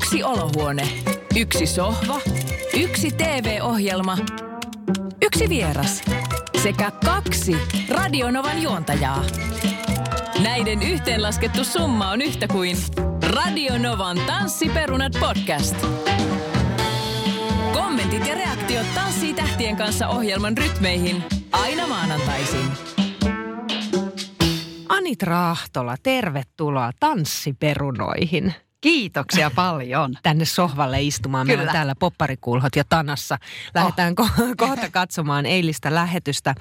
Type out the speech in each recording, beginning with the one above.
Yksi olohuone, yksi sohva, yksi TV-ohjelma, yksi vieras sekä 2 Radionovan juontajaa. Näiden yhteenlaskettu summa on yhtä kuin Radionovan Tanssiperunat podcast. Kommentit ja reaktiot Tanssii tähtien kanssa -ohjelman rytmeihin aina maanantaisin. Anitra Ahtola, tervetuloa Tanssiperunoihin. Kiitoksia paljon. Tänne sohvalle istumaan. Meillä on täällä popparikulhot ja tanassa. Lähdetään kohta katsomaan eilistä lähetystä.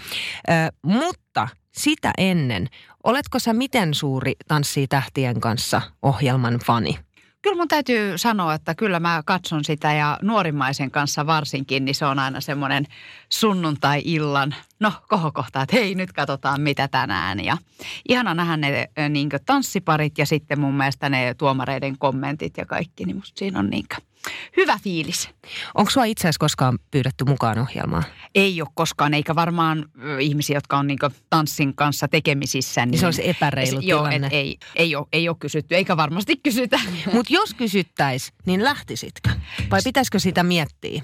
Mutta sitä ennen, oletko sä miten suuri Tanssii tähtien kanssa -ohjelman fani? Kyllä mun täytyy sanoa, että kyllä mä katson sitä ja nuorimmaisen kanssa varsinkin, niin se on aina semmoinen sunnuntai-illan, kohokohta, että hei nyt katsotaan mitä tänään. Ja ihana nähdä ne niinkö tanssiparit ja sitten mun mielestä ne tuomareiden kommentit ja kaikki, niin musta siinä on niinkö hyvä fiilis. Onko sua itse asiassa koskaan pyydetty mukaan ohjelmaan? Ei ole koskaan, eikä varmaan ihmisiä, jotka on niinkö tanssin kanssa tekemisissä. Niin se olisi epäreilu tilanne. Ei ole kysytty, eikä varmasti kysytä. Mutta jos kysyttäisiin, niin lähtisitkö? Vai pitäisikö sitä miettiä?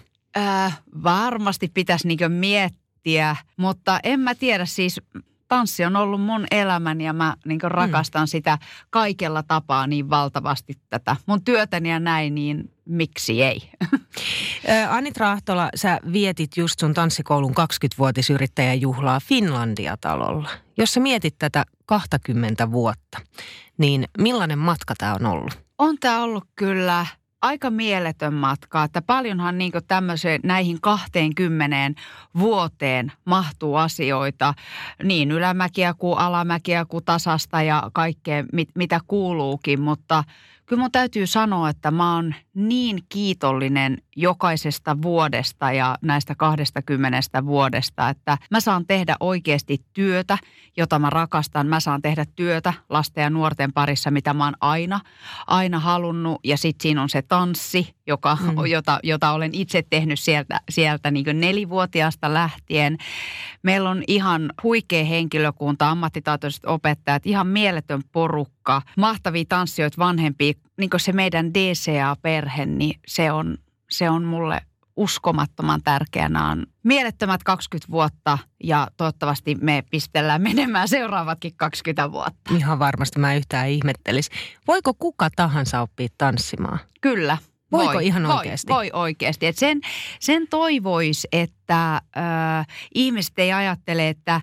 Varmasti pitäisi niinkö miettiä, mutta en mä tiedä siis. Tanssi on ollut mun elämäni ja mä rakastan sitä kaikella tapaa niin valtavasti tätä mun työtäni ja näin, niin miksi ei? Anitra Ahtola, sä vietit just sun tanssikoulun 20-vuotisyrittäjäjuhlaa Finlandia-talolla. Jos sä mietit tätä 20 vuotta, niin millainen matka tää on ollut? On tää ollut kyllä aika mieletön matka, että paljonhan näihin 20 vuoteen mahtuu asioita, niin ylämäkiä kuin alamäkiä kuin tasasta ja kaikkea mitä kuuluukin, mutta kyllä mun täytyy sanoa, että mä oon niin kiitollinen jokaisesta vuodesta ja näistä 20 vuodesta, että mä saan tehdä oikeasti työtä, jota mä rakastan. Mä saan tehdä työtä lasten ja nuorten parissa, mitä mä oon aina halunnut. Ja sitten siinä on se tanssi, jota olen itse tehnyt sieltä niin kuin 4-vuotiaasta lähtien. Meillä on ihan huikea henkilökunta, ammattitaitoiset opettajat, ihan mieletön porukka, mahtavia tanssijoita, vanhempia. Niin kuin se meidän DCA-perhe, niin se on mulle uskomattoman tärkeä. Nämä on mielettömät 20 vuotta ja toivottavasti me pistellään menemään seuraavatkin 20 vuotta. Ihan varmasti mä yhtään ihmettelis. Voiko kuka tahansa oppia tanssimaan? Kyllä. Voiko ihan oikeasti? Voi oikeasti. Et sen toivoisi, että ihmiset ei ajattele, että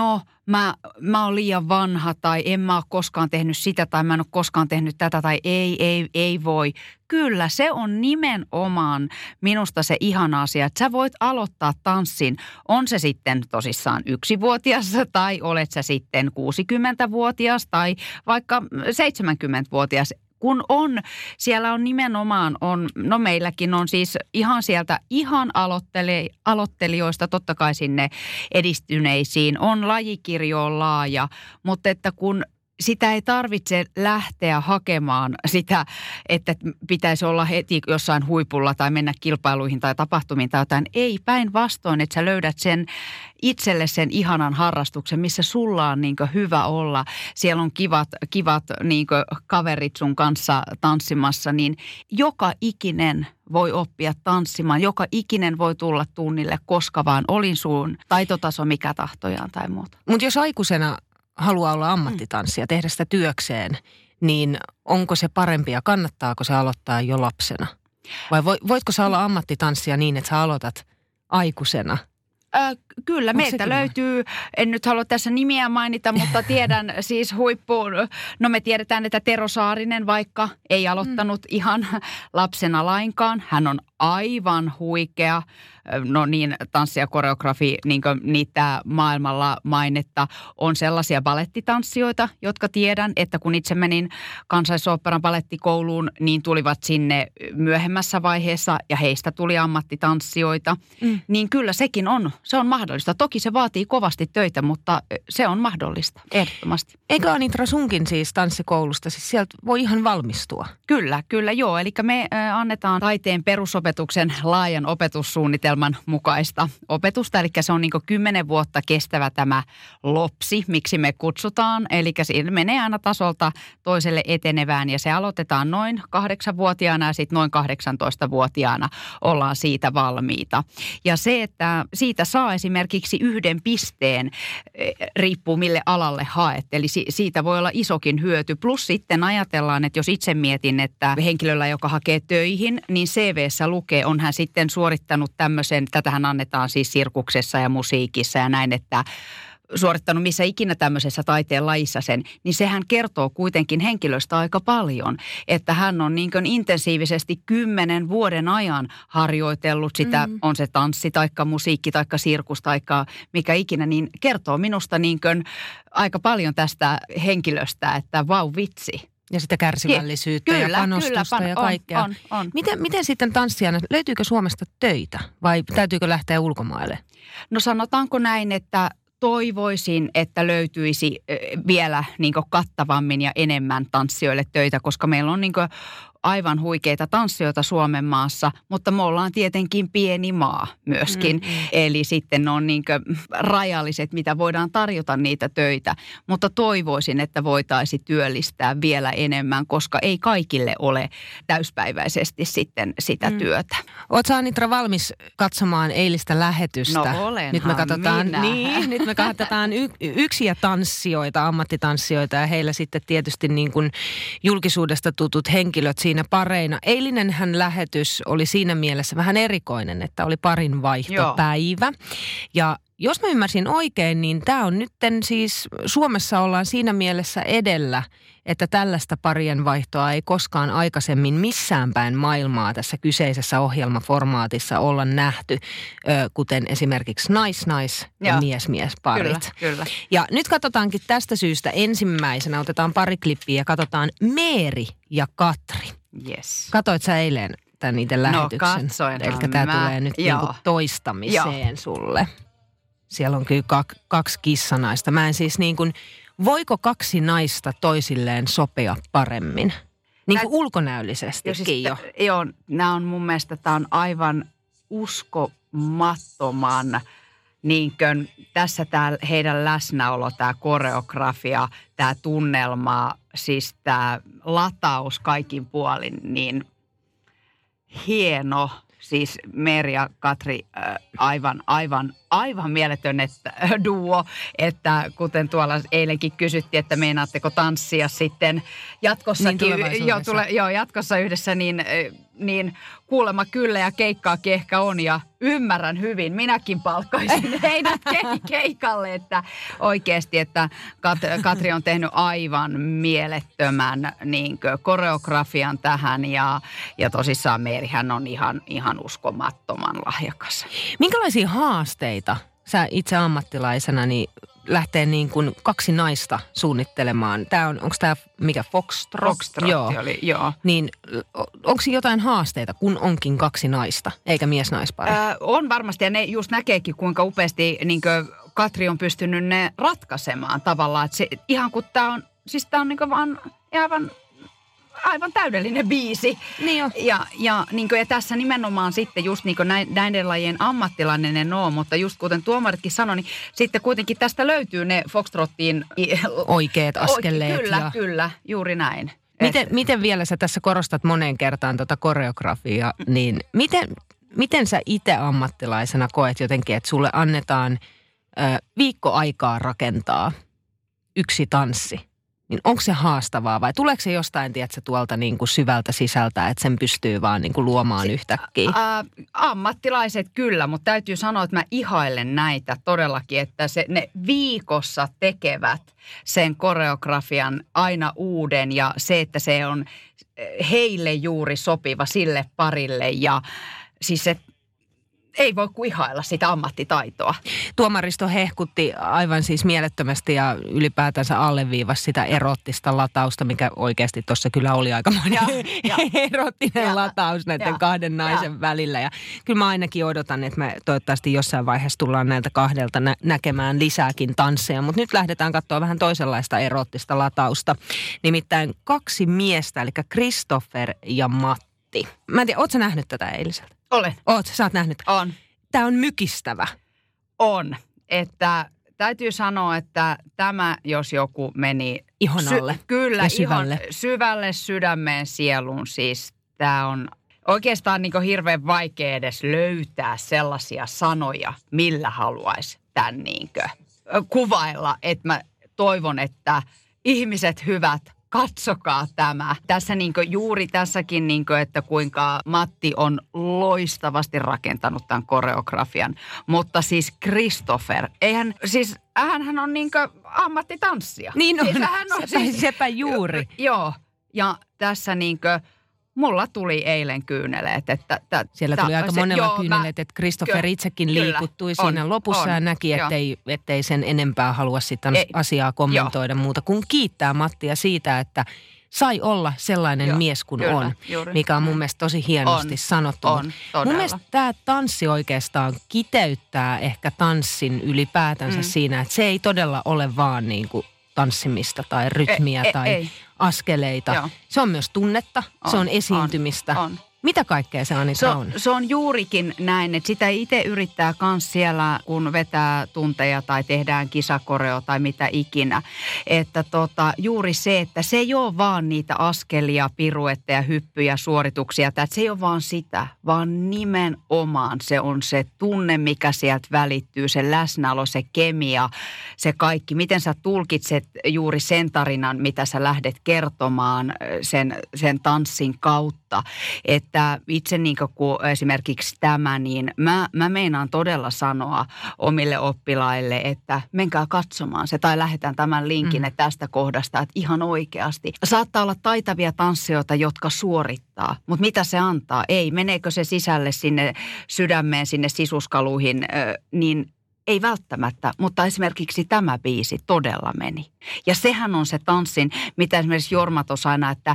mä oon liian vanha tai en mä ole koskaan tehnyt sitä tai mä en ole koskaan tehnyt tätä tai ei voi. Kyllä, se on nimenomaan minusta se ihana asia, että sä voit aloittaa tanssin. On se sitten tosissaan 1-vuotias tai olet sä sitten 60-vuotias tai vaikka 70-vuotias. Kun siellä on nimenomaan, meilläkin on siis ihan sieltä ihan aloittelijoista totta kai sinne edistyneisiin, on lajikirjo on laaja, mutta että kun sitä ei tarvitse lähteä hakemaan sitä, että pitäisi olla heti jossain huipulla tai mennä kilpailuihin tai tapahtumiin tai jotain. Ei, päinvastoin, että sä löydät itselle sen ihanan harrastuksen, missä sulla on hyvä olla. Siellä on kivat kaverit sun kanssa tanssimassa, niin joka ikinen voi oppia tanssimaan. Joka ikinen voi tulla tunnille, koska vaan olin sun taitotaso mikä tahtojaan tai muuta. Mutta jos aikuisena haluaa olla ammattitanssija, tehdä sitä työkseen, niin onko se parempi ja kannattaako se aloittaa jo lapsena? Vai voitko sä olla ammattitanssija niin, että sä aloitat aikuisena? Kyllä, meiltä löytyy, en nyt halua tässä nimiä mainita, mutta tiedän siis huippuun. No me tiedetään, että Tero Saarinen vaikka ei aloittanut ihan lapsena lainkaan. Hän on aivan huikea, tanssi ja koreografi, niin kuin niitä maailmalla mainetta. On sellaisia balettitanssijoita, jotka tiedän, että kun itse menin Kansallisoopperan balettikouluun, niin tulivat sinne myöhemmässä vaiheessa ja heistä tuli ammattitanssijoita. Niin kyllä se on mahdollista. Toki se vaatii kovasti töitä, mutta se on mahdollista, ehdottomasti. Eikö Anitra sunkin siis tanssikoulusta, siis sieltä voi ihan valmistua? Kyllä joo. Eli me annetaan taiteen perusopetus tanssiopetuksen laajan opetussuunnitelman mukaista opetusta. Eli se on niin kuin 10 vuotta kestävä tämä LOPSI, miksi me kutsutaan. Eli siinä menee aina tasolta toiselle etenevään ja se aloitetaan noin 8-vuotiaana ja sitten noin 18-vuotiaana ollaan siitä valmiita. Ja se, että siitä saa esimerkiksi 1 pisteen, riippuu mille alalle haet. Eli siitä voi olla isokin hyöty. Plus sitten ajatellaan, että jos itse mietin, että henkilöllä, joka hakee töihin, niin CV:ssä lukee, on hän sitten suorittanut tämmöisen, tätähän annetaan siis sirkuksessa ja musiikissa ja näin, että suorittanut missä ikinä tämmöisessä taiteen lajissa sen, niin sehän kertoo kuitenkin henkilöstä aika paljon, että hän on niin kuin intensiivisesti 10 vuoden ajan harjoitellut sitä, on se tanssi taikka musiikki taikka sirkus taikka mikä ikinä, niin kertoo minusta niin kuin aika paljon tästä henkilöstä, että vau vitsi. Ja sitä kärsivällisyyttä ja panostusta ja kaikkea. On. Miten sitten tanssijana, löytyykö Suomesta töitä vai täytyykö lähteä ulkomaille? No sanotaanko näin, että toivoisin, että löytyisi vielä niin kuin kattavammin ja enemmän tanssijoille töitä, koska meillä on niin kuin aivan huikeita tanssijoita Suomen maassa, mutta me ollaan tietenkin pieni maa myöskin. Eli sitten ne on niin kuin rajalliset, mitä voidaan tarjota niitä töitä. Mutta toivoisin, että voitaisiin työllistää vielä enemmän, koska ei kaikille ole täyspäiväisesti sitten sitä työtä. Ootko Anitra valmis katsomaan eilistä lähetystä? No olenhan nyt me katsotaan, minä. Niin, nyt me katsotaan yksiä tanssijoita, ammattitanssijoita ja heillä sitten tietysti niin kuin julkisuudesta tutut henkilöt siinä pareina. Eilinenhän lähetys oli siinä mielessä vähän erikoinen, että oli parin vaihtopäivä. Joo. Ja jos mä ymmärsin oikein, niin tämä on nytten siis, Suomessa ollaan siinä mielessä edellä, että tällaista parien vaihtoa ei koskaan aikaisemmin missään päin maailmaa tässä kyseisessä ohjelmaformaatissa olla nähty, kuten esimerkiksi nais-nais ja mies-mies-parit. Kyllä. Ja nyt katsotaankin tästä syystä ensimmäisenä, otetaan pari klippiä ja katsotaan Meeri ja Katri. Yes. Katoit sä eilen tämän itse lähetyksen? No katsoinhan Eli tämä tulee nyt niinku toistamiseen sulle. Siellä on kyllä 2 kissanaista. Mä en siis niin kuin, voiko 2 naista toisilleen sopia paremmin? Niin kuin ulkonäöllisestikin jo. Joo, nämä on mun mielestä, tämä on aivan uskomattoman, niin kuin tässä tämä heidän läsnäolo, tämä koreografia, tämä tunnelma, siis tämä lataus kaikin puolin, niin hieno. Siis Meeri ja Katri aivan mieletön duo, että kuten tuolla eilenkin kysyttiin, että meinaatteko tanssia sitten jatkossakin, jatkossa yhdessä, niin kuulemma kyllä ja keikkaakin ehkä on ja ymmärrän hyvin. Minäkin palkkaisin heidät keikalle, että oikeasti, että Katri on tehnyt aivan mielettömän niin koreografian tähän ja tosissaan Meerihän on ihan uskomattoman lahjakas. Minkälaisia haasteita sä itse ammattilaisena niin lähtee niin kuin 2 naista suunnittelemaan? Onko tämä mikä Foxtrot? Foxtrot oli, joo. Niin onko jotain haasteita, kun onkin 2 naista, eikä mies-naispari? On varmasti ja ne just näkeekin, kuinka upeasti niin kuin Katri on pystynyt ne ratkaisemaan tavallaan. Että se, ihan kun tämä on, siis tämä on niin kuin vaan aivan täydellinen biisi. Niin jo. Ja tässä nimenomaan sitten just niin kuin näiden lajien ammattilainen en ole, mutta just kuten tuomaritkin sanoi, niin sitten kuitenkin tästä löytyy ne Foxtrottiin oikeat askeleet. Kyllä, juuri näin. Miten vielä sä tässä korostat moneen kertaan tuota koreografiaa, niin miten sä itse ammattilaisena koet jotenkin, että sulle annetaan viikko aikaa rakentaa yksi tanssi? Niin onko se haastavaa vai tuleeko se jostain, tiedätkö, tuolta niin kuin syvältä sisältä, että sen pystyy vaan niin kuin luomaan yhtäkkiä? Ammattilaiset kyllä, mutta täytyy sanoa, että mä ihailen näitä todellakin, että ne viikossa tekevät sen koreografian aina uuden ja se, että se on heille juuri sopiva sille parille ja siis se ei voi kuin ihailla sitä ammattitaitoa. Tuomaristo hehkutti aivan siis mielettömästi ja ylipäätänsä alleviivasi sitä erottista latausta, mikä oikeasti tuossa kyllä oli aikamoinen erottinen lataus näiden 2 naisen välillä. Ja kyllä mä ainakin odotan, että me toivottavasti jossain vaiheessa tullaan näiltä 2 näkemään lisääkin tansseja. Mutta nyt lähdetään katsoa vähän toisenlaista erottista latausta. Nimittäin 2 miestä, eli Christopher ja Matti. Matti. Mä en tiedä, ootko sä nähnyt tätä eiliseltä? Olen. Sä oot nähnyt. On. Tää on mykistävä. On. Että täytyy sanoa, että tämä, jos joku meni ihon alle. Kyllä, ja syvälle. Ihon syvälle sydämeen, sieluun. Siis tämä on oikeastaan niin hirveän vaikea edes löytää sellaisia sanoja, millä haluaisi tämän niin kuvailla. Että mä toivon, että ihmiset hyvät, katsokaa tämä. Tässä juuri tässäkin, että kuinka Matti on loistavasti rakentanut tämän koreografian. Mutta siis Christopher, hän on ammattitanssia. Niin on, siis, sepä juuri. Joo, ja tässä mulla tuli eilen kyyneleet. Siellä tuli aika monella kyyneleet, että Christopher itsekin liikuttui siinä lopussa ja näki, ettei sen enempää halua sitten asiaa kommentoida muuta kuin kiittää Mattia siitä, että sai olla sellainen mies kuin on, mikä on mun mielestä tosi hienosti sanottu. Mun mielestä tämä tanssi oikeastaan kiteyttää ehkä tanssin ylipäätänsä siinä, että se ei todella ole vaan niin kuin tanssimista tai rytmiä tai askeleita. Joo. Se on myös tunnetta, se on esiintymistä. On. Mitä kaikkea se Anita on? Se on juurikin näin, että sitä itse yrittää myös siellä, kun vetää tunteja tai tehdään kisakoreo tai mitä ikinä. Että juuri se, että se ei ole vaan niitä askelia, piruetteja, hyppyjä, suorituksia. Että se ei ole vaan sitä, vaan nimenomaan se on se tunne, mikä sieltä välittyy, se läsnäolo, se kemia, se kaikki. Miten sä tulkitset juuri sen tarinan, mitä sä lähdet kertomaan sen tanssin kautta. Että itse kun esimerkiksi tämä, niin mä meinaan todella sanoa omille oppilaille, että menkää katsomaan se tai lähetään tämän linkin tästä kohdasta, että ihan oikeasti. Saattaa olla taitavia tanssijoita, jotka suorittaa, mutta mitä se antaa? Ei, meneekö se sisälle sinne sydämeen, sinne sisuskaluihin, niin ei välttämättä, mutta esimerkiksi tämä biisi todella meni. Ja sehän on se tanssin, mitä esimerkiksi Jorma tuossa aina, että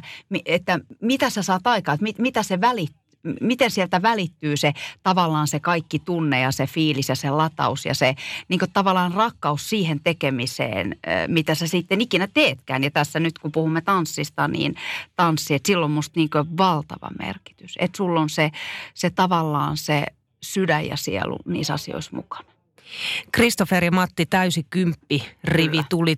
mitä sä saat aikaa, että mitä se miten sieltä välittyy se tavallaan se kaikki tunne ja se fiilis ja se lataus ja se niin kuin tavallaan rakkaus siihen tekemiseen, mitä sä sitten ikinä teetkään. Ja tässä nyt kun puhumme tanssista, niin tanssi, että sillä on musta niin kuin valtava merkitys. Että sulla on se tavallaan se sydän ja sielu niissä asioissa mukana. Christopher ja Matti täysi 10 rivi tuli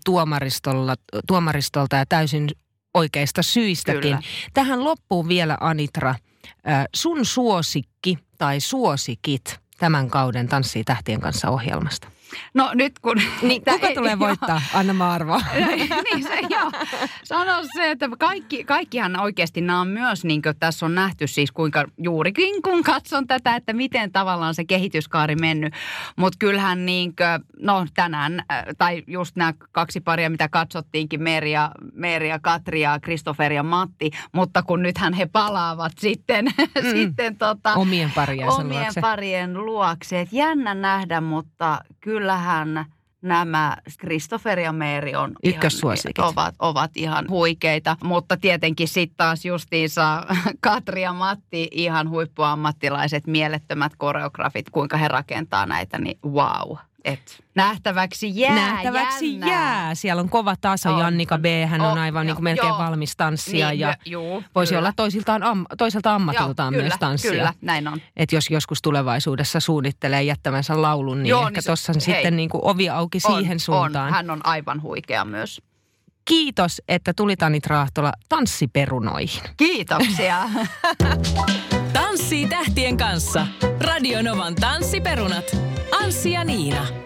tuomaristolta ja täysin oikeista syistäkin. Kyllä. Tähän loppuun vielä Anitra, sun suosikki tai suosikit tämän kauden Tanssii tähtien kanssa -ohjelmasta. No nyt kun... Niin, kuka tulee voittaa? Anna arvoa. Niin se joo. Sano se, että kaikkihan oikeasti nämä on myös, niin kuin tässä on nähty siis kuinka juurikin kun katson tätä, että miten tavallaan se kehityskaari mennyt. Mutta kyllähän niin kuin, tänään, tai just nämä 2 paria, mitä katsottiinkin, Meeri ja Katri ja Christopher ja Matti, mutta kun nythän he palaavat sitten omien parien luokse. Et jännä nähdä, mutta kyllähän nämä Christopher ja Meeri on ovat ihan huikeita, mutta tietenkin sitten taas justiinsa Katri ja Matti ihan huippuammattilaiset, mielettömät koreografit, kuinka he rakentaa näitä, niin wow. Nähtäväksi jää. Siellä on kova taso. Jannika B. Hän on aivan niin kuin melkein valmis tanssia voisi olla toiselta ammatiltaan myös tanssia. Kyllä, näin on. Että jos joskus tulevaisuudessa suunnittelee jättävänsä laulun, niin ehkä tuossa sitten niin kuin ovi auki siihen suuntaan. Hän on aivan huikea myös. Kiitos, että tulit Anitra Ahtola tanssiperunoihin. Kiitoksia. Tanssii tähtien kanssa. Radio Novan tanssiperunat. Anssi ja Niina.